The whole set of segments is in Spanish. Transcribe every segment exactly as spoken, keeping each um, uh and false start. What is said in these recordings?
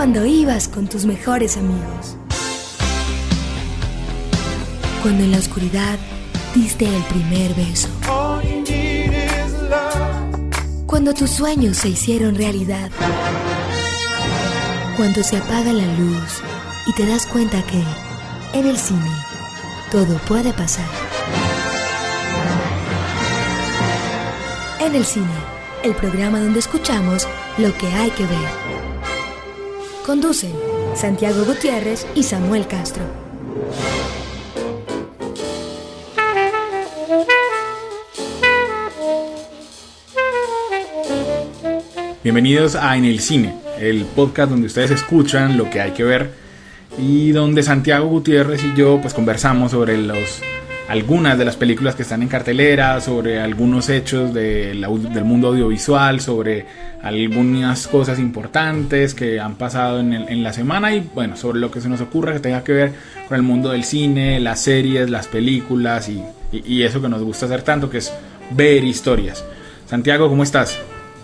cuando ibas con tus mejores amigos. Cuando en la oscuridad diste el primer beso. Cuando tus sueños se hicieron realidad. Cuando se apaga la luz y te das cuenta que en el cine todo puede pasar. En el cine, el programa donde escuchamos lo que hay que ver. Conducen Santiago Gutiérrez y Samuel Castro. Bienvenidos a En el Cine, el podcast donde ustedes escuchan lo que hay que ver y donde Santiago Gutiérrez y yo pues conversamos sobre los, algunas de las películas que están en cartelera, sobre algunos hechos de la, del mundo audiovisual, sobre algunas cosas importantes que han pasado en, el, en la semana y bueno, sobre lo que se nos ocurra que tenga que ver con el mundo del cine, las series, las películas y, y, y eso que nos gusta hacer tanto, que es ver historias. Santiago, ¿cómo estás?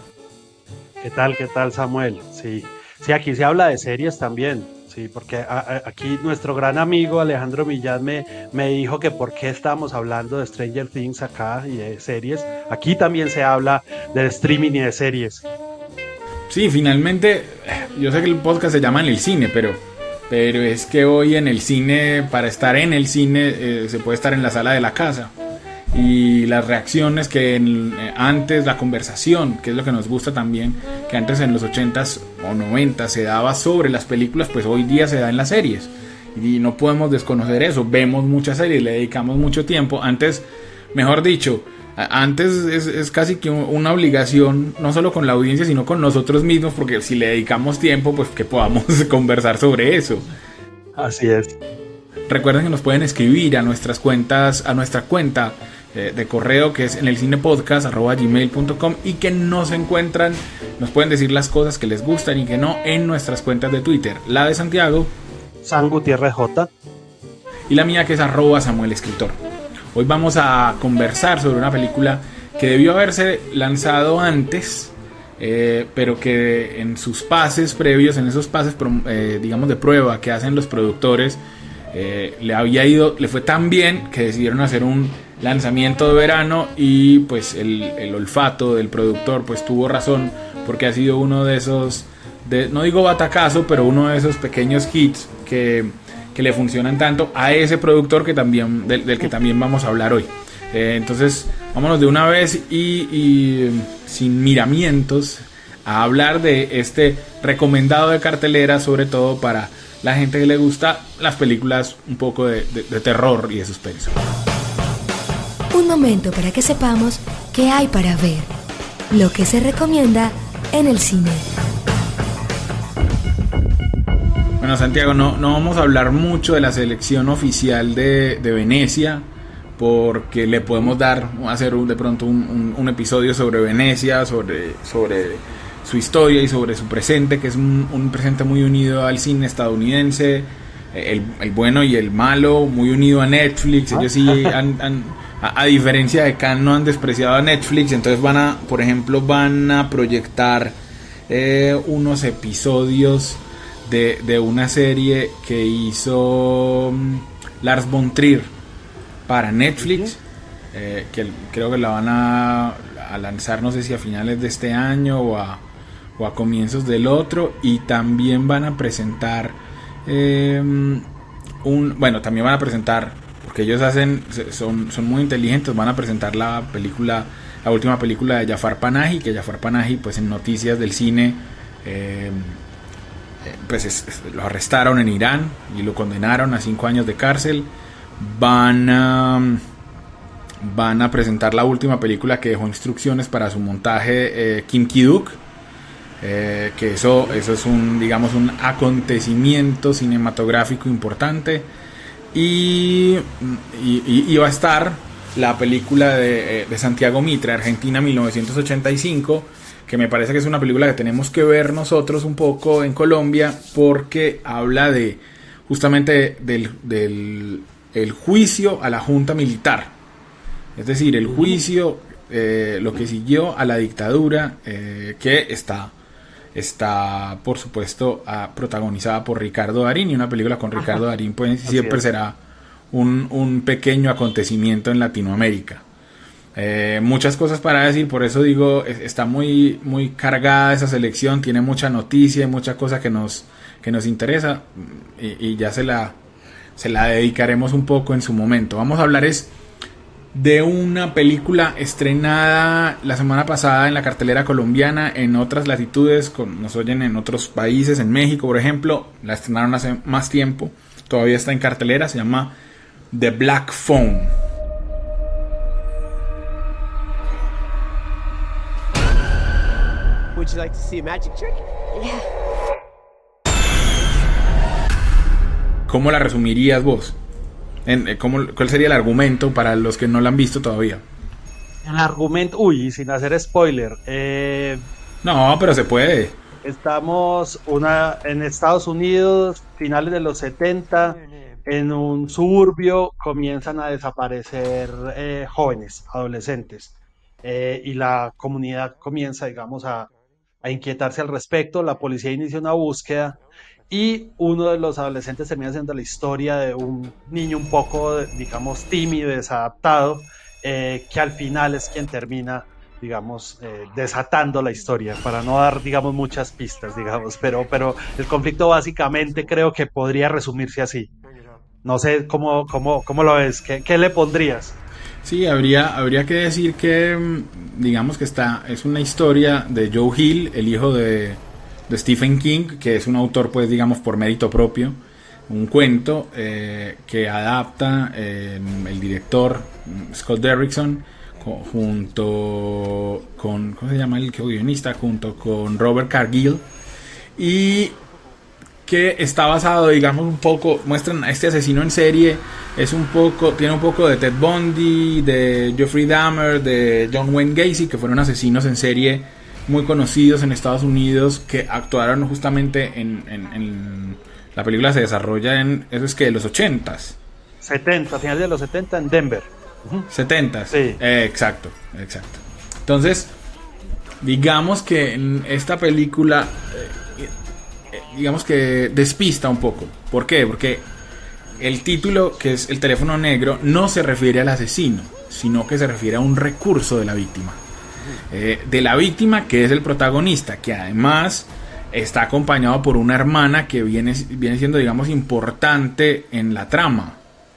¿Qué tal, qué tal, Samuel? Sí, sí, aquí se habla de series también, sí, porque a, a, aquí nuestro gran amigo Alejandro Millán me, me dijo que por qué estamos hablando de Stranger Things acá y de series. Aquí también se habla del streaming y de series. Sí, finalmente, yo sé que el podcast se llama En el Cine, pero, pero es que hoy en el cine, para estar en el cine, eh, se puede estar en la sala de la casa. Y las reacciones que en, eh, antes, la conversación, que es lo que nos gusta también, que antes en los ochentas o noventas se daba sobre las películas, pues hoy día se da en las series. Y no podemos desconocer eso, vemos muchas series, le dedicamos mucho tiempo. Antes, mejor dicho, antes es, es casi que una obligación, no solo con la audiencia, sino con nosotros mismos, porque si le dedicamos tiempo, pues que podamos conversar sobre eso. Así es. Recuerden que nos pueden escribir a nuestras cuentas, a nuestra cuenta eh, de correo que es en el cinepodcast arroba gmail punto com y que nos encuentran, nos pueden decir las cosas que les gustan y que no en nuestras cuentas de Twitter. La de Santiago, San Gutiérrez J, y la mía que es arroba Samuel Escritor. Hoy vamos a conversar sobre una película que debió haberse lanzado antes, eh, pero que en sus pases previos, en esos pases eh, digamos de prueba que hacen los productores, Eh, le había ido, le fue tan bien que decidieron hacer un lanzamiento de verano y pues el, el olfato del productor pues tuvo razón, porque ha sido uno de esos, de, no digo batacazo, pero uno de esos pequeños hits que, que le funcionan tanto a ese productor que también, del, del que también vamos a hablar hoy. Eh, entonces vámonos de una vez y, y sin miramientos a hablar de este recomendado de cartelera, sobre todo para la gente que le gusta las películas un poco de, de, de terror y de suspenso. Un momento para que sepamos qué hay para ver, lo que se recomienda en el cine. Bueno, Santiago, no, no vamos a hablar mucho de la selección oficial de, de Venecia, porque le podemos dar, hacer un, de pronto un, un, un episodio sobre Venecia, sobre... sobre su historia y sobre su presente, que es un, un presente muy unido al cine estadounidense, el, el bueno y el malo, muy unido a Netflix. Ellos sí han, han, a, a diferencia de Cannes, no han despreciado a Netflix. Entonces van a, por ejemplo, van a proyectar eh, unos episodios de, de una serie que hizo um, Lars von Trier para Netflix, eh, que creo que la van a, a lanzar, no sé si a finales de este año o a o a comienzos del otro, y también van a presentar eh, un, bueno, también van a presentar, porque ellos hacen, son, son muy inteligentes, van a presentar la película, la última película de Jafar Panahi, que Jafar Panahi, pues en noticias del cine, eh, pues es, es, lo arrestaron en Irán y lo condenaron a cinco años de cárcel. Van a van a presentar la última película que dejó instrucciones para su montaje, eh, Kim Ki-duk. Eh, que eso, eso es un, digamos, un acontecimiento cinematográfico importante, y, y, y va a estar la película de, de Santiago Mitre, Argentina mil novecientos ochenta y cinco, que me parece que es una película que tenemos que ver nosotros un poco en Colombia, porque habla de justamente del, del el juicio a la junta militar, es decir, el juicio, eh, lo que siguió a la dictadura, eh, que está está, por supuesto, a, protagonizada por Ricardo Darín, y una película con Ricardo Ajá. Darín pues siempre será un, un pequeño acontecimiento en Latinoamérica. Eh, muchas cosas para decir, por eso digo, está muy, muy cargada esa selección, tiene mucha noticia, mucha cosa que nos, que nos interesa, y, y ya se la, se la dedicaremos un poco en su momento. Vamos a hablar es de una película estrenada la semana pasada en la cartelera colombiana, en otras latitudes, con, nos oyen en otros países, en México por ejemplo, la estrenaron hace más tiempo, todavía está en cartelera, se llama The Black Phone. Would you like to see a magic trick? Yeah. ¿Cómo la resumirías vos? En, ¿cómo, ¿Cuál sería el argumento para los que no la han visto todavía? El argumento, uy, sin hacer spoiler. Eh, no, pero se puede. Estamos una, en Estados Unidos, finales de los setenta, en un suburbio comienzan a desaparecer eh, jóvenes, adolescentes, eh, y la comunidad comienza, digamos, a a inquietarse al respecto. La policía inicia una búsqueda y uno de los adolescentes termina siendo la historia de un niño un poco, digamos, tímido, desadaptado, eh, que al final es quien termina, digamos, eh, desatando la historia, para no dar, digamos, muchas pistas, digamos, pero, pero el conflicto básicamente creo que podría resumirse así. No sé cómo, cómo, cómo lo ves, ¿Qué, qué le pondrías? Sí, habría, habría que decir que, digamos que está, es una historia de Joe Hill, el hijo de, de Stephen King, que es un autor, pues, digamos, por mérito propio, un cuento eh, que adapta eh, el director Scott Derrickson co- junto con, ¿cómo se llama el guionista? Junto con Robert Cargill, y que está basado, digamos, un poco, muestran a este asesino en serie, es un poco, tiene un poco de Ted Bundy, de Jeffrey Dahmer, de John Wayne Gacy, que fueron asesinos en serie muy conocidos en Estados Unidos, que actuaron justamente en, en, en la película se desarrolla en, eso es que de los ochentas. setenta, finales de los setenta en Denver. Uh-huh. setentas, sí. Eh, exacto, exacto. Entonces, digamos que en esta película... Eh, digamos que despista un poco. ¿Por qué? Porque el título, que es El teléfono negro, no se refiere al asesino, sino que se refiere a un recurso de la víctima. Eh, de la víctima, que es el protagonista, que además está acompañado por una hermana que viene, viene siendo, digamos, importante en la trama.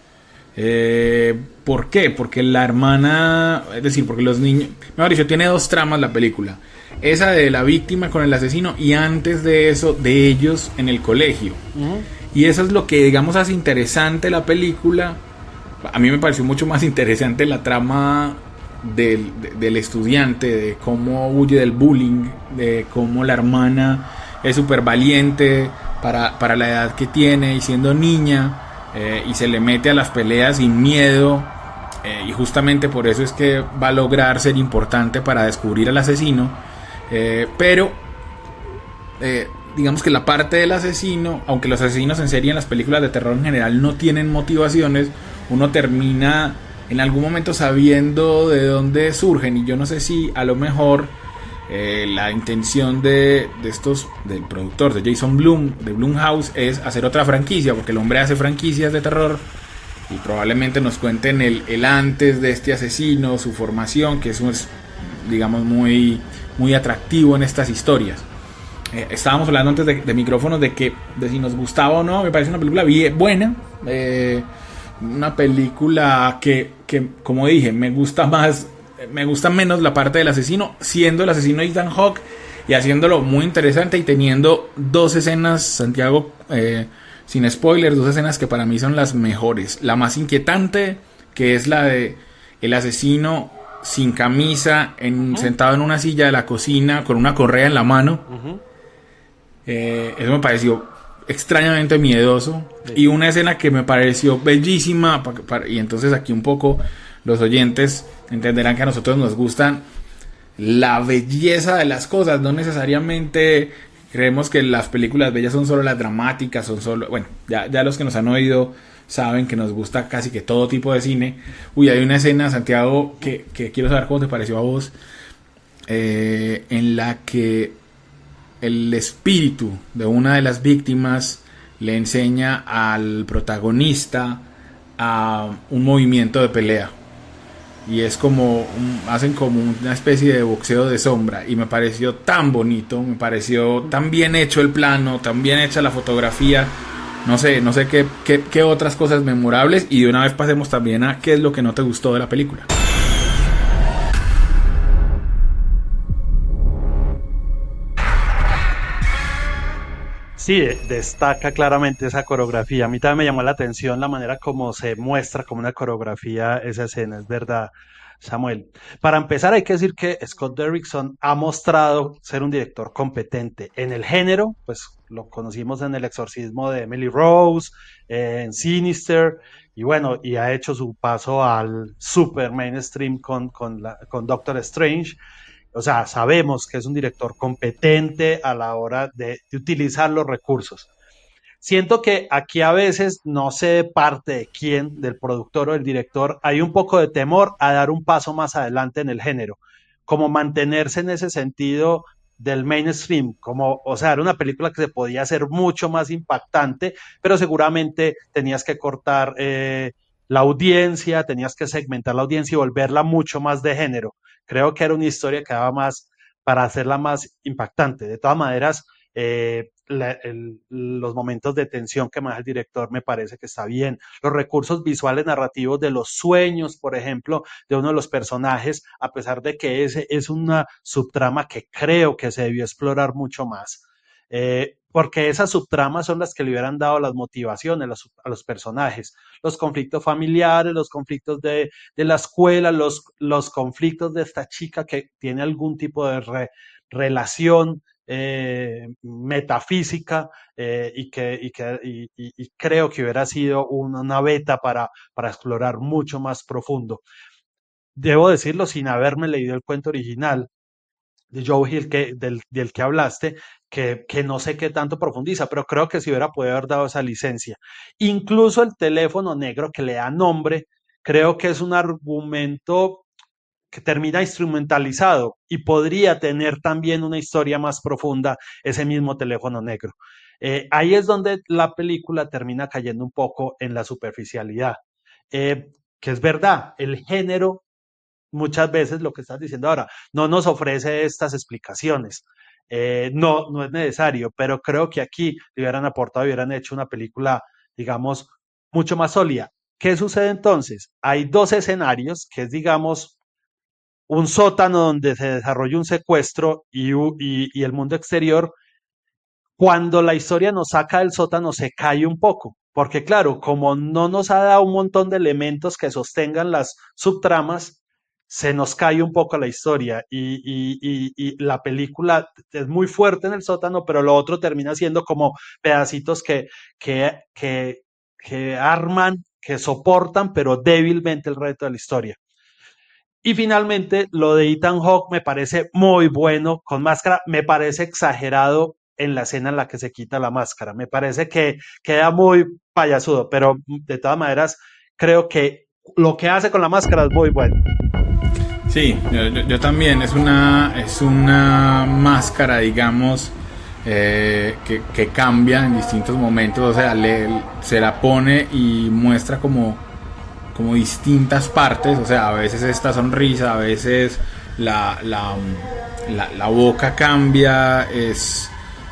Eh, ¿Por qué? Porque la hermana, es decir, porque los niños, mejor dicho, tiene dos tramas la película. Esa de la víctima con el asesino, y antes de eso, de ellos en el colegio. Uh-huh. Y eso es lo que, digamos, hace interesante la película. A mí me pareció mucho más interesante la trama del, de, del estudiante, de cómo huye del bullying, de cómo la hermana es súper valiente para, para la edad que tiene, y siendo niña, eh, y se le mete a las peleas sin miedo. Eh, y justamente por eso es que va a lograr ser importante para descubrir al asesino. Eh, pero eh, digamos que la parte del asesino, aunque los asesinos en serie en las películas de terror en general no tienen motivaciones, uno termina en algún momento sabiendo de dónde surgen. Y yo no sé si a lo mejor eh, la intención de, de estos, del productor, de Jason Blum, de Blumhouse, es hacer otra franquicia, porque el hombre hace franquicias de terror, y probablemente nos cuenten el, el antes de este asesino, su formación, que eso es, digamos, muy, muy atractivo en estas historias. Eh, estábamos hablando antes de, de micrófonos de que de si nos gustaba o no. Me parece una película bien buena, eh, una película que, que, como dije, me gusta más, me gusta menos la parte del asesino, siendo el asesino Ethan Hawke y haciéndolo muy interesante, y teniendo dos escenas, Santiago, eh, sin spoilers, dos escenas que para mí son las mejores. La más inquietante, que es la de el asesino sin camisa, en, uh-huh. sentado en una silla de la cocina con una correa en la mano. Uh-huh. Eh, eso me pareció extrañamente miedoso. Sí. Y una escena que me pareció bellísima, pa, pa, y entonces aquí un poco los oyentes entenderán que a nosotros nos gustan la belleza de las cosas, no necesariamente creemos que las películas bellas son solo las dramáticas, son solo, bueno, ya, ya los que nos han oído saben que nos gusta casi que todo tipo de cine. Uy, hay una escena, Santiago, que, que quiero saber cómo te pareció a vos, eh, en la que el espíritu de una de las víctimas le enseña al protagonista a un movimiento de pelea. Y es como, un, hacen como una especie de boxeo de sombra. Y me pareció tan bonito, me pareció tan bien hecho el plano, tan bien hecha la fotografía. No sé, no sé qué, qué, qué otras cosas memorables. Y de una vez pasemos también a qué es lo que no te gustó de la película. Sí, destaca claramente esa coreografía. A mí también me llamó la atención la manera como se muestra como una coreografía esa escena, es verdad, Samuel. Para empezar, hay que decir que Scott Derrickson ha mostrado ser un director competente en el género, pues lo conocimos en El exorcismo de Emily Rose, eh, en Sinister, y bueno, y ha hecho su paso al super mainstream con, con, la, con Doctor Strange. O sea, sabemos que es un director competente a la hora de, de utilizar los recursos. Siento que aquí a veces, no sé de parte de quién, del productor o del director, hay un poco de temor a dar un paso más adelante en el género, como mantenerse en ese sentido del mainstream, como, o sea, era una película que se podía hacer mucho más impactante, pero seguramente tenías que cortar eh, la audiencia, tenías que segmentar la audiencia y volverla mucho más de género. Creo que era una historia que daba más para hacerla más impactante. De todas maneras, eh, la, el, los momentos de tensión que maneja el director me parece que está bien. Los recursos visuales narrativos de los sueños, por ejemplo, de uno de los personajes, a pesar de que ese es una subtrama que creo que se debió explorar mucho más. Eh, porque esas subtramas son las que le hubieran dado las motivaciones a los, a los personajes, los conflictos familiares, los conflictos de, de la escuela, los, los conflictos de esta chica que tiene algún tipo de re, relación eh, metafísica eh, y, que, y, que, y, y, y creo que hubiera sido una, una beta para, para explorar mucho más profundo. Debo decirlo sin haberme leído el cuento original de Joe Hill, que, del, del que hablaste, que, que no sé qué tanto profundiza, pero creo que si hubiera podido haber dado esa licencia. Incluso el teléfono negro que le da nombre, creo que es un argumento que termina instrumentalizado y podría tener también una historia más profunda ese mismo teléfono negro. Eh, ahí es donde la película termina cayendo un poco en la superficialidad, eh, que es verdad, el género muchas veces lo que estás diciendo ahora, no nos ofrece estas explicaciones. Eh, no, no es necesario, pero creo que aquí le hubieran aportado, hubieran hecho una película, digamos, mucho más sólida. ¿Qué sucede entonces? Hay dos escenarios, que es, digamos, un sótano donde se desarrolla un secuestro y, y, y el mundo exterior. Cuando la historia nos saca del sótano se cae un poco, porque claro, como no nos ha dado un montón de elementos que sostengan las subtramas, se nos cae un poco la historia y, y, y, y la película es muy fuerte en el sótano, pero lo otro termina siendo como pedacitos que, que, que, que arman, que soportan, pero débilmente el resto de la historia. Y finalmente, lo de Ethan Hawke me parece muy bueno, con máscara, me parece exagerado en la escena en la que se quita la máscara, me parece que queda muy payasudo, pero de todas maneras, creo que lo que hace con la máscara es muy bueno. Sí, yo, yo, yo también, es una, es una máscara, digamos, eh, que, que cambia en distintos momentos, o sea, le, se la pone y muestra como, como distintas partes, o sea, a veces esta sonrisa, a veces la, la, la, la boca cambia, es,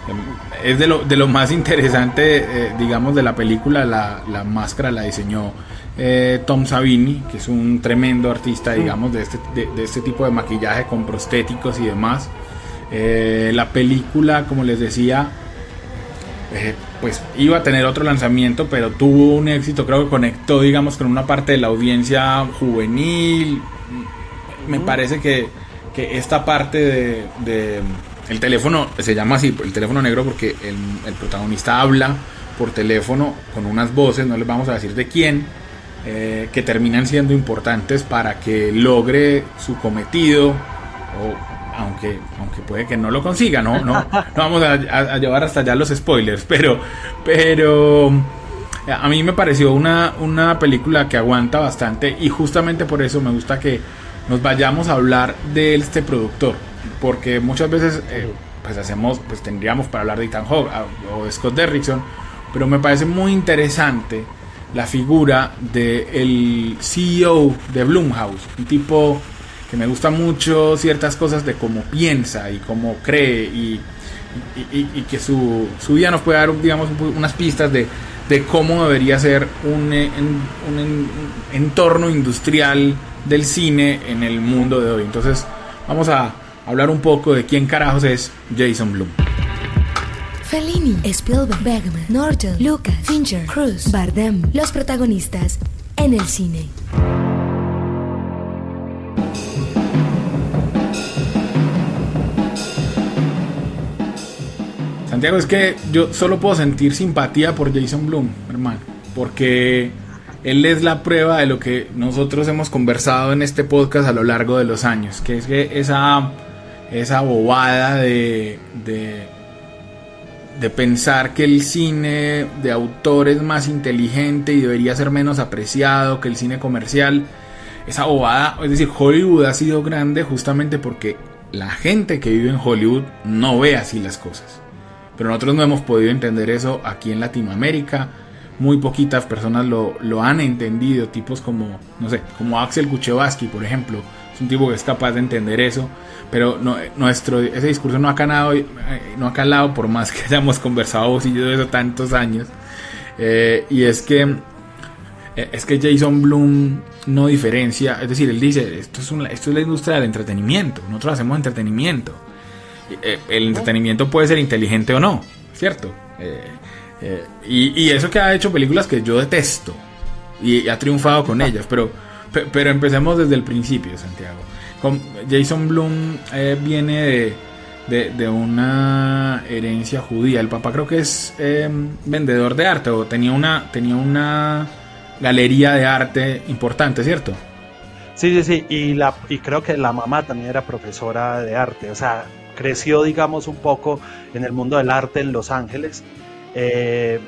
es de, lo, de lo más interesante, eh, digamos, de la película. La, la máscara la diseñó Eh, Tom Savini, que es un tremendo artista, digamos, de este, de, de este tipo de maquillaje con prostéticos y demás. Eh, la película, como les decía, eh, pues iba a tener otro lanzamiento, pero tuvo un éxito, creo que conectó, digamos, con una parte de la audiencia juvenil. Me parece que, que esta parte de, de el teléfono, se llama así, el teléfono negro, porque el, el protagonista habla por teléfono con unas voces, no les vamos a decir de quién, Eh, que terminan siendo importantes para que logre su cometido, o aunque, aunque puede que no lo consiga, no, no, no vamos a, a, a llevar hasta allá los spoilers, pero, pero a mí me pareció una, una película que aguanta bastante, y justamente por eso me gusta que nos vayamos a hablar de este productor, porque muchas veces eh, pues hacemos, pues tendríamos para hablar de Ethan Hawke o de Scott Derrickson, pero me parece muy interesante la figura del C E O de Blumhouse, un tipo que me gusta mucho ciertas cosas de cómo piensa y cómo cree y, y, y, y que su, su vida nos puede dar, digamos, unas pistas de, de cómo debería ser un, un, un entorno industrial del cine en el mundo de hoy. Entonces vamos a hablar un poco de quién carajos es Jason Blum. Fellini, Spielberg, Bergman, Norton, Lucas, Fincher, Cruise, Bardem, los protagonistas en el cine. Santiago, es que yo solo puedo sentir simpatía por Jason Blum, hermano, porque él es la prueba de lo que nosotros hemos conversado en este podcast a lo largo de los años, que es que esa, esa bobada de... de de pensar que el cine de autor es más inteligente y debería ser menos apreciado que el cine comercial, esa bobada, es decir, Hollywood ha sido grande justamente porque la gente que vive en Hollywood no ve así las cosas, pero nosotros no hemos podido entender eso aquí en Latinoamérica. Muy poquitas personas lo, lo han entendido, tipos como, no sé, como Axel Kuchevaski, por ejemplo, es un tipo que es capaz de entender eso. Pero no, nuestro, ese discurso no ha calado, no ha calado por más que hayamos conversado vos y yo de eso tantos años. Eh, y es que es que Jason Blum no diferencia, es decir, él dice, esto es, una, esto es la industria del entretenimiento, nosotros hacemos entretenimiento. Eh, el entretenimiento puede ser inteligente o no, ¿cierto? Eh, eh, y, y eso que ha hecho películas que yo detesto y, y ha triunfado con ellas, pero, pero empecemos desde el principio, Santiago. Jason Blum eh, viene de, de, de una herencia judía. El papá creo que es eh, vendedor de arte o tenía una, tenía una galería de arte importante, ¿cierto? Sí, sí, sí. Y, la, y creo que la mamá también era profesora de arte. O sea, creció, digamos, un poco en el mundo del arte en Los Ángeles. Eh,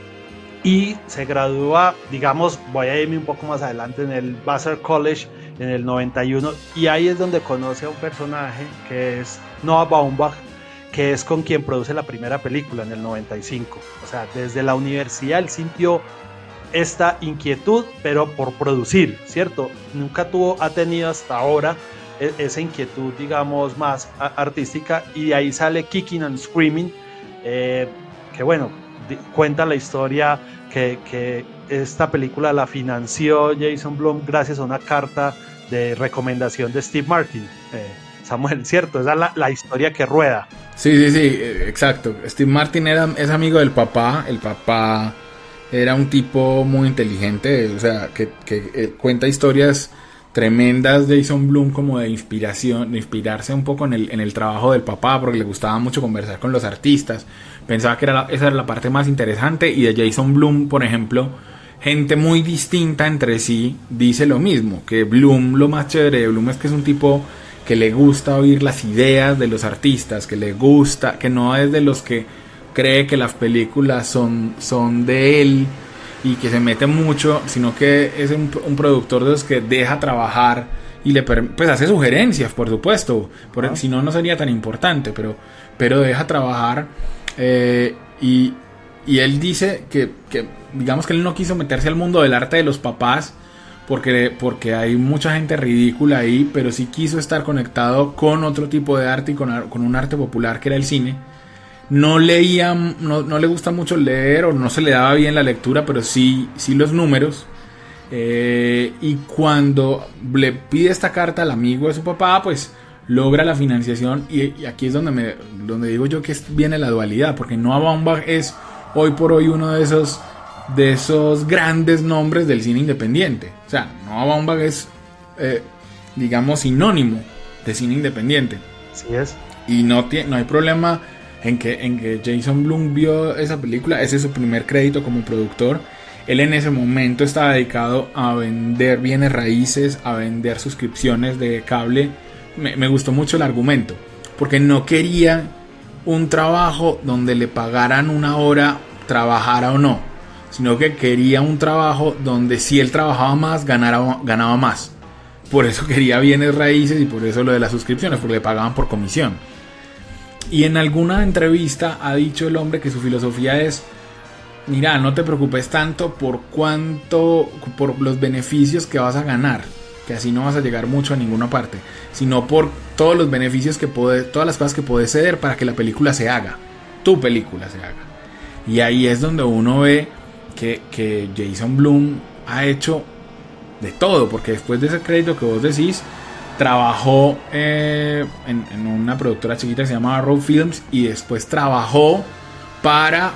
y se gradúa, digamos, voy a irme un poco más adelante, en el Vassar College en el noventa y uno, y ahí es donde conoce a un personaje que es Noah Baumbach, que es con quien produce la primera película en el noventa y cinco. O sea, desde la universidad él sintió esta inquietud, pero por producir, ¿cierto? Nunca tuvo, ha tenido hasta ahora esa inquietud, digamos, más artística, y de ahí sale Kicking and Screaming, eh, que bueno, cuenta la historia que, que esta película la financió Jason Blum gracias a una carta de recomendación de Steve Martin. eh, Samuel, ¿cierto? Esa es la, la historia que rueda. Sí, sí, sí, exacto. Steve Martin era, es amigo del papá. El papá era un tipo muy inteligente, o sea, que, que eh, cuenta historias tremendas de Jason Blum, como de inspiración, de inspirarse un poco en el, en el trabajo del papá, porque le gustaba mucho conversar con los artistas. Pensaba que era la, esa era la parte más interesante, y de Jason Blum, por ejemplo, gente muy distinta entre sí dice lo mismo, que Blum, lo más chévere de Blum es que es un tipo que le gusta oír las ideas de los artistas, que le gusta, que no es de los que cree que las películas son, son de él y que se mete mucho, sino que es un, un productor de los que deja trabajar y le pues hace sugerencias, por supuesto, por, uh-huh. si no, no sería tan importante, pero, pero deja trabajar. eh, y, y él dice que, que digamos que él no quiso meterse al mundo del arte de los papás porque, porque hay mucha gente ridícula ahí, pero sí quiso estar conectado con otro tipo de arte y con, con un arte popular que era el cine. No leía, no, no le gusta mucho leer, o no se le daba bien la lectura, pero sí, sí los números. Eh, y cuando le pide esta carta al amigo de su papá, pues logra la financiación. Y, y aquí es donde, me, donde digo yo que viene la dualidad, porque Noah Baumbach es hoy por hoy uno de esos, de esos grandes nombres del cine independiente. O sea, Noah Baumbach es, eh, digamos, sinónimo de cine independiente. Así es. Y no, tiene, no hay problema en que, en que Jason Blum vio esa película. Ese es su primer crédito como productor. Él en ese momento estaba dedicado a vender bienes raíces, a vender suscripciones de cable. Me, me gustó mucho el argumento, porque no quería un trabajo donde le pagaran una hora, trabajara o no, sino que quería un trabajo donde si él trabajaba más, ganara, ganaba más. Por eso quería bienes raíces y por eso lo de las suscripciones, porque le pagaban por comisión. Y en alguna entrevista ha dicho el hombre que su filosofía es: mira, no te preocupes tanto por cuánto, por los beneficios que vas a ganar, que así no vas a llegar mucho a ninguna parte, sino por todos los beneficios que puedes, todas las cosas que puedes ceder para que la película se haga, tu película se haga. Y ahí es donde uno ve que, que Jason Blum ha hecho de todo, porque después de ese crédito que vos decís, trabajó eh, en, en una productora chiquita que se llama Arrow Films, y después trabajó para...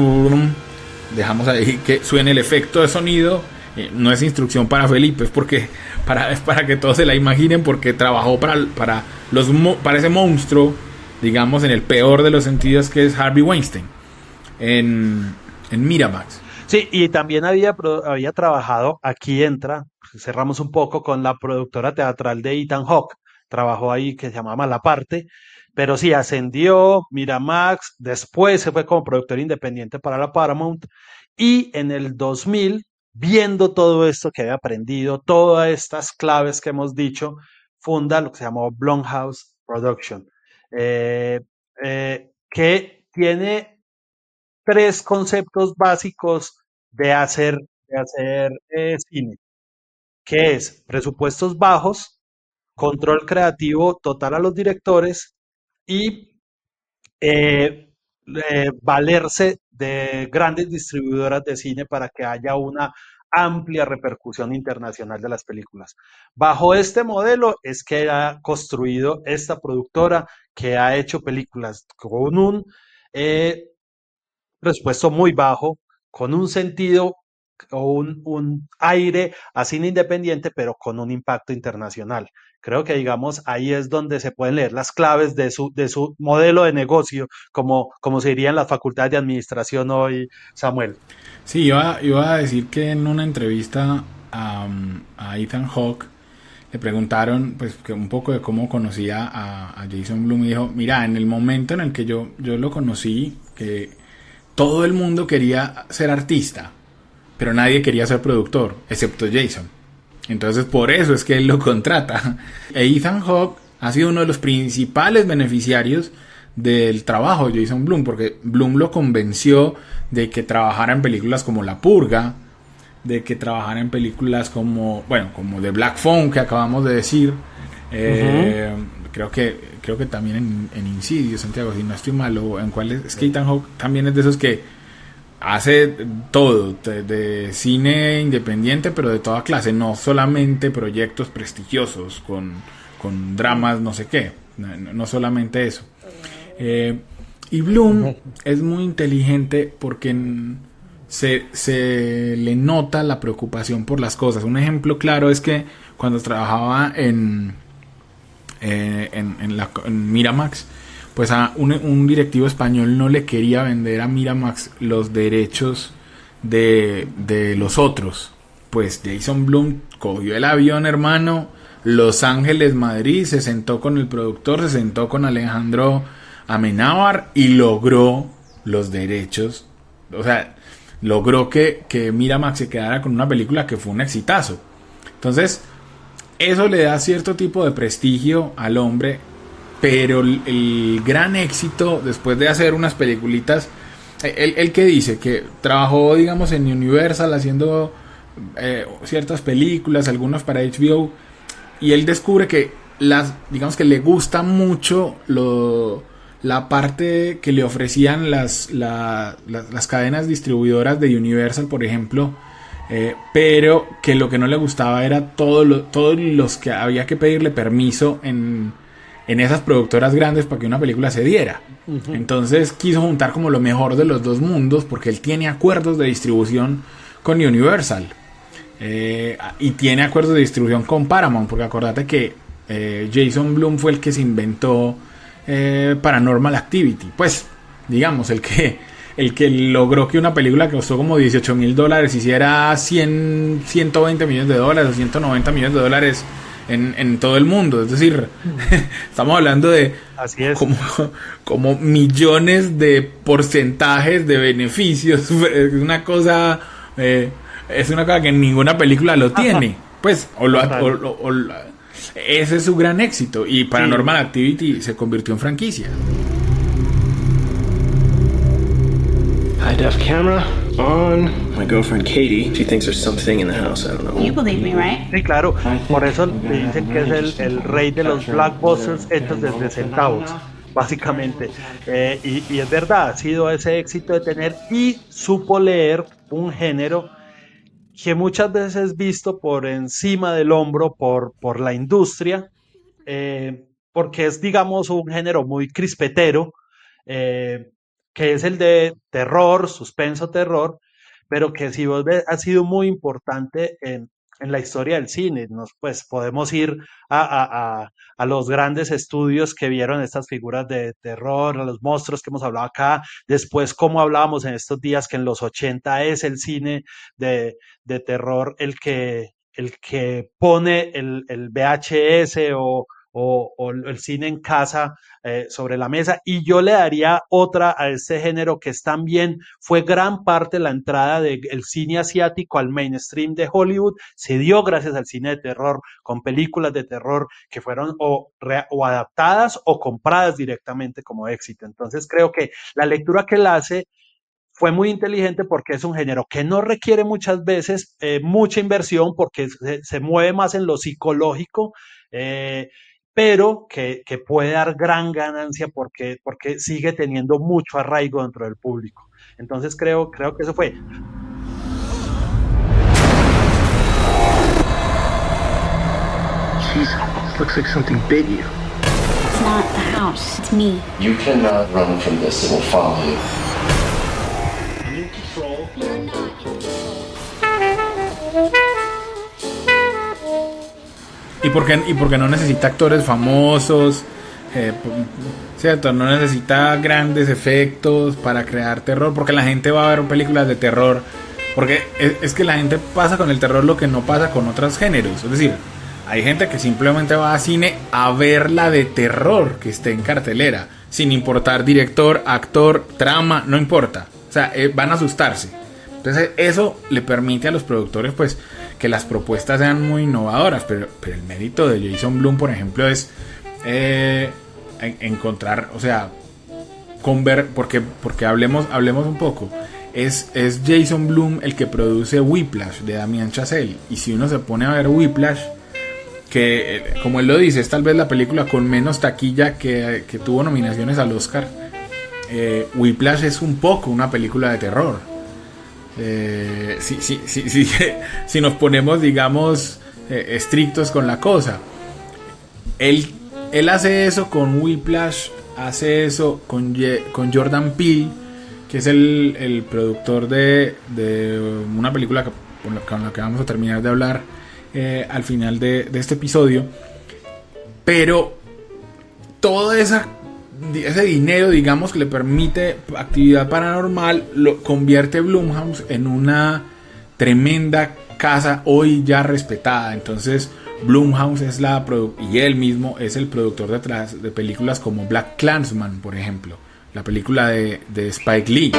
Dejamos ahí que suene el efecto de sonido. Eh, no es instrucción para Felipe, es porque para, es para que todos se la imaginen, porque trabajó para, para, los, para ese monstruo, digamos, en el peor de los sentidos, que es Harvey Weinstein en, en Miramax. Sí, y también había, había trabajado, aquí entra, cerramos un poco con la productora teatral de Ethan Hawke, trabajó ahí, que se llamaba Malaparte, pero sí, ascendió Miramax, después se fue como productor independiente para la Paramount, y en el dos mil, viendo todo esto que había aprendido, todas estas claves que hemos dicho, funda lo que se llamó Blumhouse Production, eh, eh, que tiene tres conceptos básicos de hacer, de hacer eh, cine, que es presupuestos bajos, control creativo total a los directores y eh, eh, valerse de grandes distribuidoras de cine para que haya una amplia repercusión internacional de las películas. Bajo este modelo es que ha construido esta productora que ha hecho películas con un eh, presupuesto muy bajo, con un sentido o un, un aire a cine independiente, pero con un impacto internacional. Creo que, digamos, ahí es donde se pueden leer las claves de su, de su modelo de negocio, como, como se diría en las facultades de administración hoy, Samuel. Sí, iba, iba a decir que en una entrevista a, a Ethan Hawke le preguntaron pues que un poco de cómo conocía a, a Jason Blum, y dijo: mira, en el momento en el que yo, yo lo conocí, que todo el mundo quería ser artista, pero nadie quería ser productor, excepto Jason. Entonces por eso es que él lo contrata. E Ethan Hawke ha sido uno de los principales beneficiarios del trabajo de Jason Blum, porque Blum lo convenció de que trabajara en películas como La Purga, de que trabajara en películas como, bueno, como The Black Phone, que acabamos de decir. Eh, uh-huh. Creo que creo que también en, en Insidious, Santiago, si no estoy mal, o en cuál es, es que Ethan Hawke también es de esos que hace todo, de, de cine independiente, pero de toda clase, no solamente proyectos prestigiosos con, con dramas no sé qué, no, no solamente eso. Eh, y Blum es muy inteligente porque se, se le nota la preocupación por las cosas. Un ejemplo claro es que cuando trabajaba en, eh, en, en, la, en Miramax, pues a un, un directivo español no le quería vender a Miramax los derechos de, de los otros. Pues Jason Blum cogió el avión, hermano, Los Ángeles, Madrid, se sentó con el productor, se sentó con Alejandro Amenábar y logró los derechos. O sea, logró que, que Miramax se quedara con una película que fue un exitazo. Entonces, eso le da cierto tipo de prestigio al hombre. Pero el, el gran éxito, después de hacer unas peliculitas, él, él que dice que trabajó, digamos, en Universal haciendo eh, ciertas películas, algunas para H B O, y él descubre que las, digamos que le gusta mucho lo, la parte que le ofrecían las, la, las, las cadenas distribuidoras de Universal, por ejemplo, eh, pero que lo que no le gustaba era todo lo, todos los que había que pedirle permiso en en esas productoras grandes para que una película se diera. Uh-huh. Entonces quiso juntar como lo mejor de los dos mundos, porque él tiene acuerdos de distribución con Universal eh, y tiene acuerdos de distribución con Paramount, porque acordate que eh, Jason Blum fue el que se inventó eh, Paranormal Activity, pues digamos el que el que logró que una película que costó como dieciocho mil dólares hiciera cien, ciento veinte millones de dólares o ciento noventa millones de dólares En, en todo el mundo. Es decir, estamos hablando de Así es. Como, como millones de porcentajes de beneficios. Es una cosa eh, es una cosa que ninguna película lo tiene. Ajá. Pues o lo, o, o, o, ese es su gran éxito, y Paranormal sí. Activity se convirtió en franquicia. def camera on. My girlfriend Katie, she thinks there's something in the house. I don't know. You believe me, right? Sí, claro. Por eso le dicen que es el, el rey de los blockbusters hechos desde centavos, básicamente. Eh, y, y es verdad, ha sido ese éxito de tener y supo leer un género que muchas veces es visto por encima del hombro por, por la industria, eh, porque es, digamos, un género muy crispetero, eh, que es el de terror, suspenso, terror, pero que si vos ves, ha sido muy importante en, en la historia del cine. Nos, pues podemos ir a, a, a, a los grandes estudios que vieron estas figuras de terror, a los monstruos que hemos hablado acá, después como hablábamos en estos días que en los ochenta es el cine de, de terror el que, el que pone el, el V H S o O, o el cine en casa eh, sobre la mesa, y yo le daría otra a este género que es también fue gran parte la entrada del cine asiático al mainstream de Hollywood, se dio gracias al cine de terror, con películas de terror que fueron o, re, o adaptadas o compradas directamente como éxito. Entonces creo que la lectura que él hace fue muy inteligente porque es un género que no requiere muchas veces eh, mucha inversión porque se, se mueve más en lo psicológico, eh, pero que, que puede dar gran ganancia porque, porque sigue teniendo mucho arraigo dentro del público. Entonces creo, creo que eso fue. Jesus, this looks like something big here. It's not the house, it's me. You cannot run from this, it will follow you. Y porque, y porque no necesita actores famosos, eh, ¿cierto? No necesita grandes efectos para crear terror, porque la gente va a ver películas de terror, porque es, es que la gente pasa con el terror lo que no pasa con otros géneros. Es decir, hay gente que simplemente va a cine a ver la de terror que esté en cartelera, sin importar director, actor, trama, no importa. O sea, eh, van a asustarse. Entonces eso le permite a los productores pues que las propuestas sean muy innovadoras, pero, pero el mérito de Jason Blum, por ejemplo, es eh, en, encontrar, o sea, conver, porque, porque hablemos, hablemos un poco, es, es Jason Blum el que produce Whiplash de Damien Chazelle, y si uno se pone a ver Whiplash, que eh, como él lo dice, es tal vez la película con menos taquilla que, que tuvo nominaciones al Oscar, eh, Whiplash es un poco una película de terror. Eh, si, si, si, si, si nos ponemos, digamos, eh, estrictos con la cosa, él, él hace eso con Whiplash, hace eso con, con Jordan Peele, que es el, el productor de, de una película que, con, la, con la que vamos a terminar de hablar eh, al final de, de este episodio. Pero toda esa ese dinero, digamos, que le permite actividad paranormal, lo convierte Blumhouse en una tremenda casa hoy ya respetada. Entonces Blumhouse es la produ- y él mismo es el productor detrás de películas como Black Klansman, por ejemplo, la película de, de Spike Lee,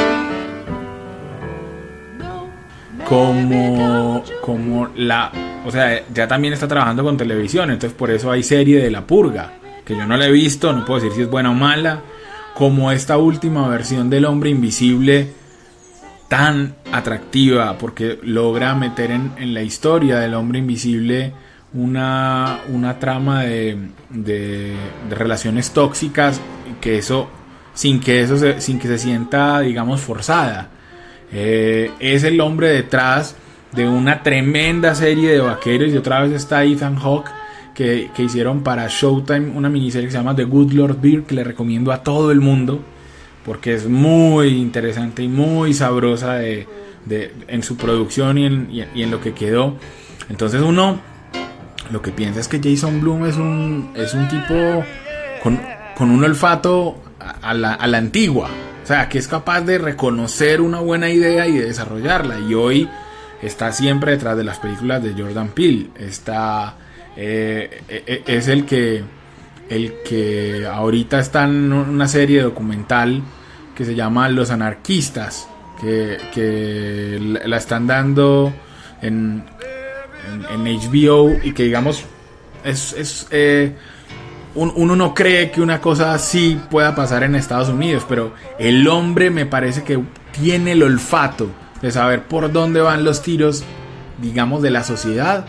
como, como la, o sea, ya también está trabajando con televisión, entonces por eso hay serie de La Purga, que yo no la he visto, no puedo decir si es buena o mala, como esta última versión del Hombre Invisible, tan atractiva, porque logra meter en, en la historia del Hombre Invisible una, una trama de, de, de relaciones tóxicas, que eso, sin que eso se, sin que se sienta, digamos, forzada. Eh, es el hombre detrás de una tremenda serie de vaqueros, y otra vez está Ethan Hawke, Que, que hicieron para Showtime una miniserie que se llama The Good Lord Beer, que le recomiendo a todo el mundo porque es muy interesante y muy sabrosa de, de, en su producción y en, y, y en lo que quedó. Entonces uno lo que piensa es que Jason Blum es un, es un tipo con, con un olfato a, a, la, a la antigua, o sea, que es capaz de reconocer una buena idea y de desarrollarla, y hoy está siempre detrás de las películas de Jordan Peele. Está Eh, eh, es el que el que ahorita está en una serie documental que se llama Los Anarquistas, que, que la están dando en, en, en H B O, y que digamos es, es, eh, un, uno no cree que una cosa así pueda pasar en Estados Unidos, pero el hombre me parece que tiene el olfato de saber por dónde van los tiros, digamos, de la sociedad,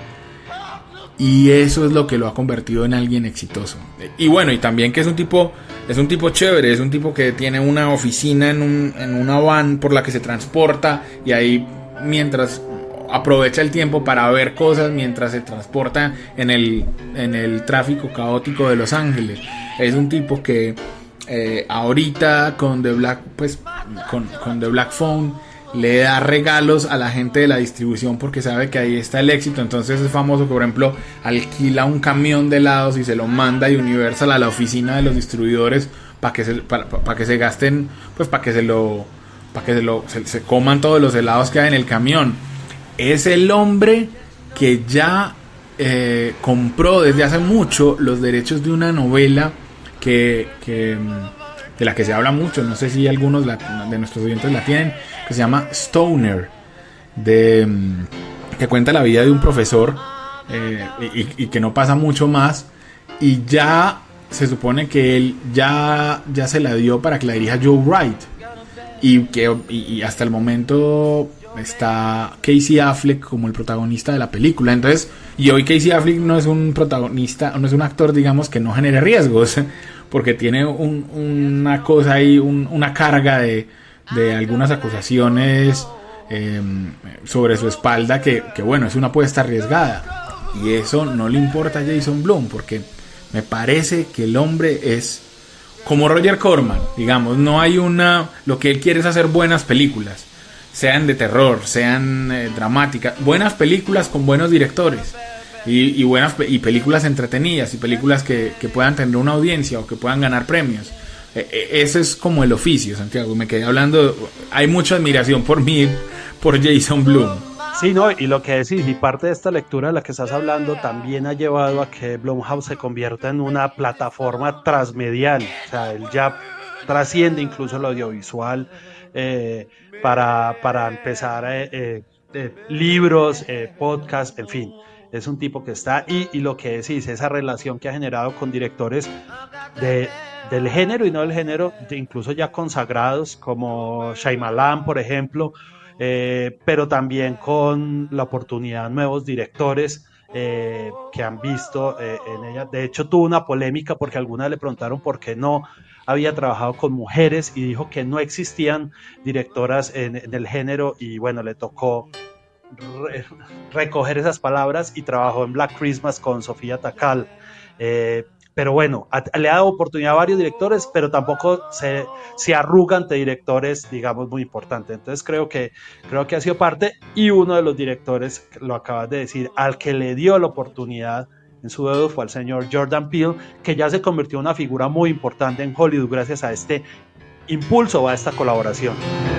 y eso es lo que lo ha convertido en alguien exitoso. Y bueno, y también que es un tipo, es un tipo chévere, es un tipo que tiene una oficina en, un, en una van por la que se transporta, y ahí mientras aprovecha el tiempo para ver cosas mientras se transporta en el, en el tráfico caótico de Los Ángeles. Es un tipo que eh, ahorita con The Black, pues con, con The Black Phone le da regalos a la gente de la distribución porque sabe que ahí está el éxito. Entonces es famoso que, por ejemplo, alquila un camión de helados y se lo manda de Universal a la oficina de los distribuidores para que se, para, para que se gasten, pues para que se lo para que se lo se, se coman todos los helados que hay en el camión. Es el hombre que ya eh, compró desde hace mucho los derechos de una novela que, que de la que se habla mucho, no sé si algunos la, de nuestros oyentes la tienen, que se llama Stoner, de, que cuenta la vida de un profesor eh, y, y que no pasa mucho más, y ya se supone que él ya, ya se la dio para que la dirija Joe Wright, y que y, y hasta el momento está Casey Affleck como el protagonista de la película. Entonces, y hoy Casey Affleck no es un protagonista, no es un actor, digamos, que no genere riesgos, porque tiene un, una cosa ahí, un, una carga de, de algunas acusaciones eh, sobre su espalda que, que, bueno, es una apuesta arriesgada. Y eso no le importa a Jason Blum, porque me parece que el hombre es como Roger Corman, digamos, no hay una... Lo que él quiere es hacer buenas películas, sean de terror, sean eh, dramáticas, buenas películas con buenos directores. Y, y buenas y películas entretenidas y películas que, que puedan tener una audiencia o que puedan ganar premios. E, e, ese es como el oficio, Santiago. Me quedé hablando, hay mucha admiración por mí, por Jason Blum. Sí, no, y lo que decís, y parte de esta lectura de la que estás hablando también ha llevado a que Blumhouse se convierta en una plataforma transmedial. O sea, él ya trasciende incluso lo audiovisual eh, para, para empezar eh, eh, eh, libros, eh, podcasts, en fin. Es un tipo que está, y, y lo que decís, esa relación que ha generado con directores de, del género y no del género, de incluso ya consagrados como Shyamalan, por ejemplo, eh, pero también con la oportunidad de nuevos directores eh, que han visto eh, en ella. De hecho, tuvo una polémica porque algunas le preguntaron por qué no había trabajado con mujeres y dijo que no existían directoras en, en el género, y bueno, le tocó Re- recoger esas palabras y trabajó en Black Christmas con Sofía Takal. Eh, pero bueno, a, le ha dado oportunidad a varios directores, pero tampoco se, se arruga ante directores, digamos, muy importantes. Entonces creo que, creo que ha sido parte, y uno de los directores, lo acabas de decir, al que le dio la oportunidad en su debut fue al señor Jordan Peele, que ya se convirtió en una figura muy importante en Hollywood gracias a este impulso o a esta colaboración.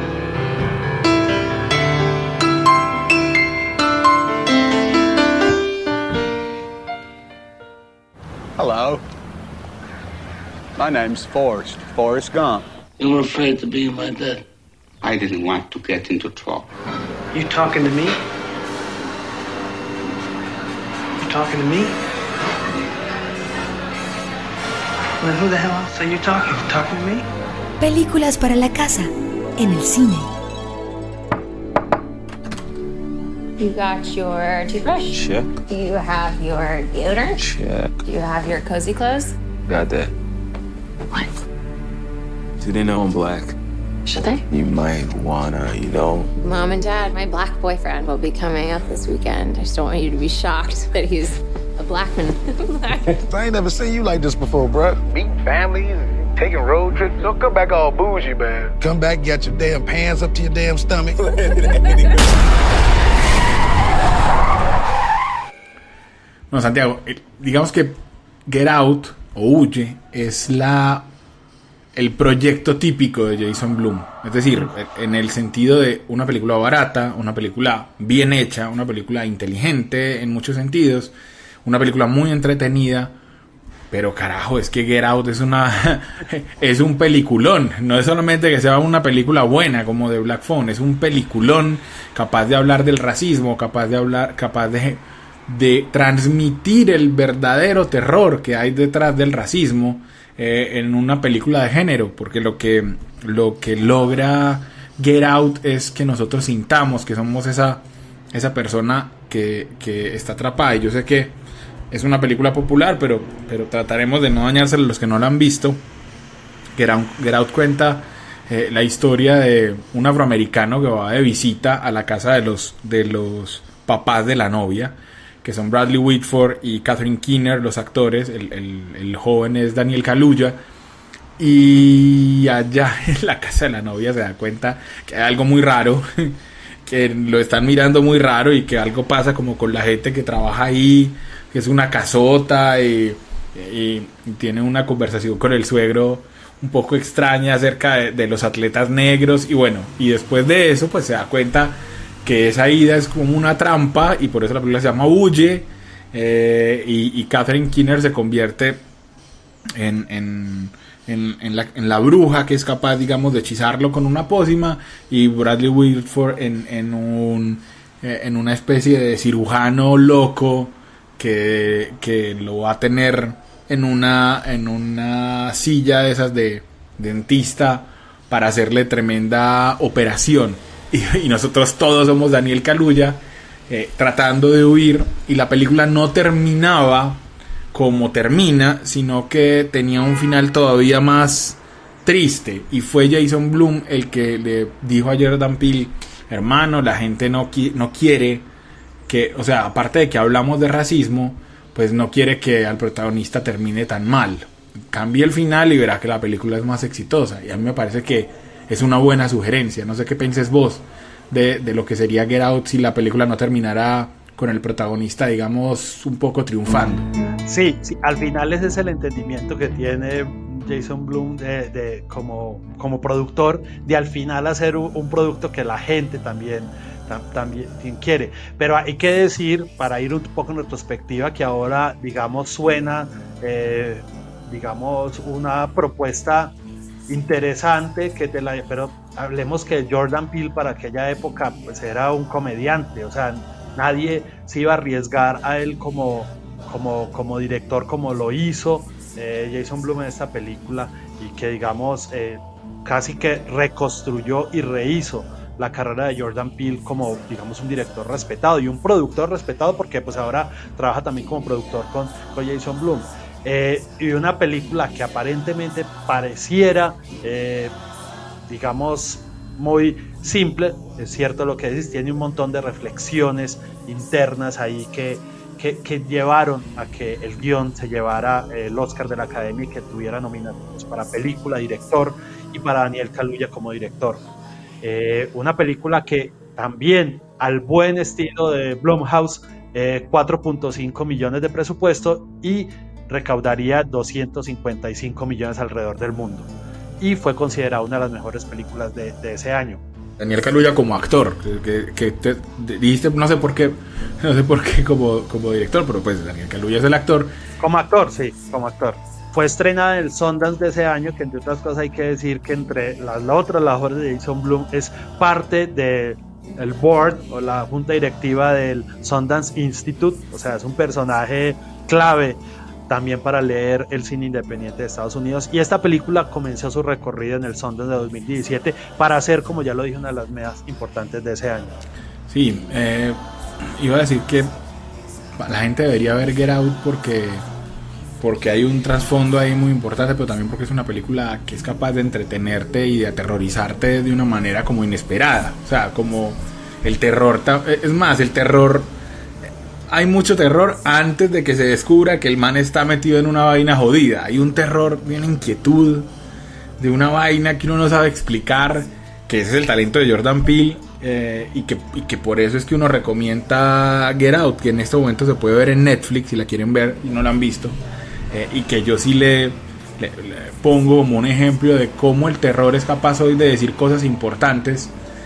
Hello. My name's Forrest, Forrest Gump. You were afraid to be my dad. I didn't want to get into trouble. You talking to me? You talking to me? Well, who the hell else are you talking? You talking to me? Películas para la casa, en el cine. You got your toothbrush? Check. Do you have your deodorant? Check. Do you have your cozy clothes? Got that. What? Do they know I'm black? Should they? You might wanna, you know. Mom and Dad, my black boyfriend will be coming up this weekend. I just don't want you to be shocked that he's a black man. I ain't never seen you like this before, bruh. Meeting families, taking road trips. Don't come back all bougie, man. Come back, get your damn pants up to your damn stomach. No, Santiago, digamos que Get Out o Huye es la el proyecto típico de Jason Blum. Es decir, en el sentido de una película barata, una película bien hecha, una película inteligente en muchos sentidos, una película muy entretenida. Pero carajo, es que Get Out es una es un peliculón. No es solamente que sea una película buena como The Black Phone, es un peliculón capaz de hablar del racismo, capaz de hablar, capaz de de transmitir el verdadero terror que hay detrás del racismo eh, en una película de género, porque lo que, lo que logra Get Out es que nosotros sintamos que somos esa, esa persona que, que está atrapada. Y yo sé que es una película popular, pero, pero trataremos de no dañársela a los que no la han visto. Get Out, Get Out cuenta eh, la historia de un afroamericano que va de visita a la casa de los, de los papás de la novia, que son Bradley Whitford y Catherine Keener, los actores. El, el, el joven es Daniel Kaluuya. Y allá en la casa de la novia se da cuenta que hay algo muy raro, que lo están mirando muy raro y que algo pasa como con la gente que trabaja ahí, que es una casota y, y, y tiene una conversación con el suegro un poco extraña acerca de, de los atletas negros. Y bueno, y después de eso pues se da cuenta que esa ida es como una trampa y por eso la película se llama Huye. eh, y, y Catherine Keener se convierte en... en En, en, la, en la bruja que es capaz, digamos, de hechizarlo con una pócima, y Bradley Whitford en, en, un, eh, en una especie de cirujano loco que, que lo va a tener en una, en una silla de esas de dentista para hacerle tremenda operación. Y, y nosotros todos somos Daniel Kaluuya eh, tratando de huir, y la película no terminaba como termina, sino que tenía un final todavía más triste, y fue Jason Blum el que le dijo a Jordan Peele: hermano, la gente no, qui- no quiere que, o sea, aparte de que hablamos de racismo, pues no quiere que al protagonista termine tan mal. Cambie el final y verá que la película es más exitosa, y a mí me parece que es una buena sugerencia. No sé qué pienses vos de, de lo que sería Get Out si la película no terminara con el protagonista, digamos, un poco triunfando. Sí, sí, al final ese es el entendimiento que tiene Jason Blum de, de, como, como productor, de al final hacer un, un producto que la gente también, tam, también quiere. Pero hay que decir, para ir un poco en retrospectiva, que ahora, digamos, suena, eh, digamos, una propuesta interesante, que te la, pero hablemos que Jordan Peele para aquella época pues era un comediante, o sea, nadie se iba a arriesgar a él como, como, como director como lo hizo eh, Jason Blum en esta película, y que digamos eh, casi que reconstruyó y rehizo la carrera de Jordan Peele como, digamos, un director respetado y un productor respetado, porque pues ahora trabaja también como productor con, con Jason Blum. Eh, y una película que aparentemente pareciera eh, digamos muy simple, es cierto lo que dices, tiene un montón de reflexiones internas ahí que, que, que llevaron a que el guión se llevara el Oscar de la Academia y que tuviera nominaciones para película, director, y para Daniel Kaluuya como director. Eh, una película que también, al buen estilo de Blumhouse, eh, cuatro punto cinco millones de presupuesto y recaudaría doscientos cincuenta y cinco millones alrededor del mundo, y fue considerada una de las mejores películas de, de ese año. Daniel Kaluuya como actor, que, que, que te, te dijiste, no sé por qué, no sé por qué como, como director, pero pues Daniel Kaluuya es el actor. Como actor, sí, como actor. Fue estrenada en el Sundance de ese año, que entre otras cosas hay que decir que entre las otras labores de Jason Blum es parte del board o la junta directiva del Sundance Institute, o sea, es un personaje clave también para leer el cine independiente de Estados Unidos, y esta película comenzó su recorrido en el Sundance de dos mil diecisiete para ser, como ya lo dije, una de las medias importantes de ese año. Sí, eh, iba a decir que la gente debería ver Get Out porque, porque hay un trasfondo ahí muy importante, pero también porque es una película que es capaz de entretenerte y de aterrorizarte de una manera como inesperada, o sea, como el terror, es más, el terror... Hay mucho terror antes de que se descubra que el man está metido en una vaina jodida. Hay un terror, una inquietud de una vaina que uno no sabe explicar, que ese es el talento de Jordan Peele, eh, y, que, y que por eso es que uno recomienda Get Out, que en este momento se puede ver en Netflix si la quieren ver y no la han visto, eh, y que yo sí le, le, le pongo como un ejemplo de cómo el terror es capaz hoy de decir cosas importantes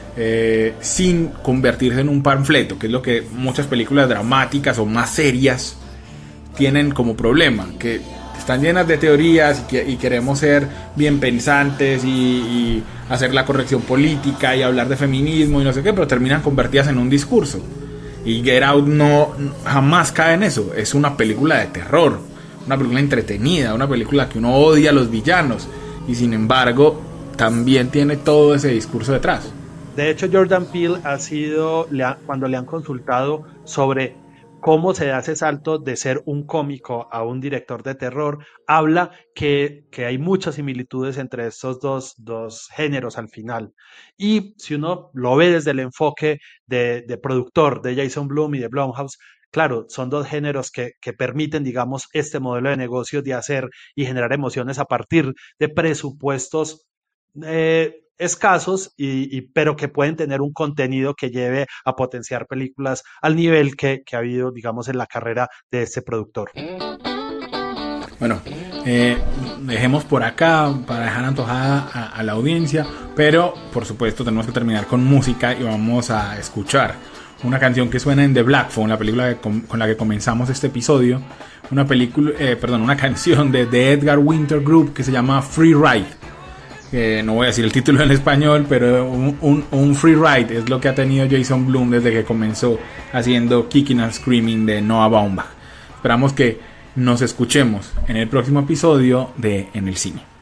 Eh, sin convertirse en un panfleto, que es lo que muchas películas dramáticas o más serias tienen como problema, que están llenas de teorías y, que, y queremos ser bien pensantes y, y hacer la corrección política y hablar de feminismo y no sé qué, pero terminan convertidas en un discurso. Y Get Out no jamás cae en eso. Es una película de terror, una película entretenida, una película que uno odia a los villanos y sin embargo también tiene todo ese discurso detrás. De hecho, Jordan Peele ha sido, le ha, cuando le han consultado sobre cómo se da ese salto de ser un cómico a un director de terror, habla que, que hay muchas similitudes entre estos dos, dos géneros al final. Y si uno lo ve desde el enfoque de, de productor de Jason Blum y de Blumhouse, claro, son dos géneros que, que permiten, digamos, este modelo de negocio de hacer y generar emociones a partir de presupuestos eh, escasos, y, y, pero que pueden tener un contenido que lleve a potenciar películas al nivel que, que ha habido, digamos, en la carrera de este productor. Bueno, eh, dejemos por acá para dejar antojada a, a la audiencia, pero por supuesto tenemos que terminar con música y vamos a escuchar una canción que suena en The Black Phone, la película que con, con la que comenzamos este episodio, una película, eh, perdón, una canción de The Edgar Winter Group que se llama Free Ride. Que no voy a decir el título en español, pero un, un, un free ride es lo que ha tenido Jason Blum desde que comenzó haciendo Kicking and Screaming de Noah Baumbach. Esperamos que nos escuchemos en el próximo episodio de En el Cine.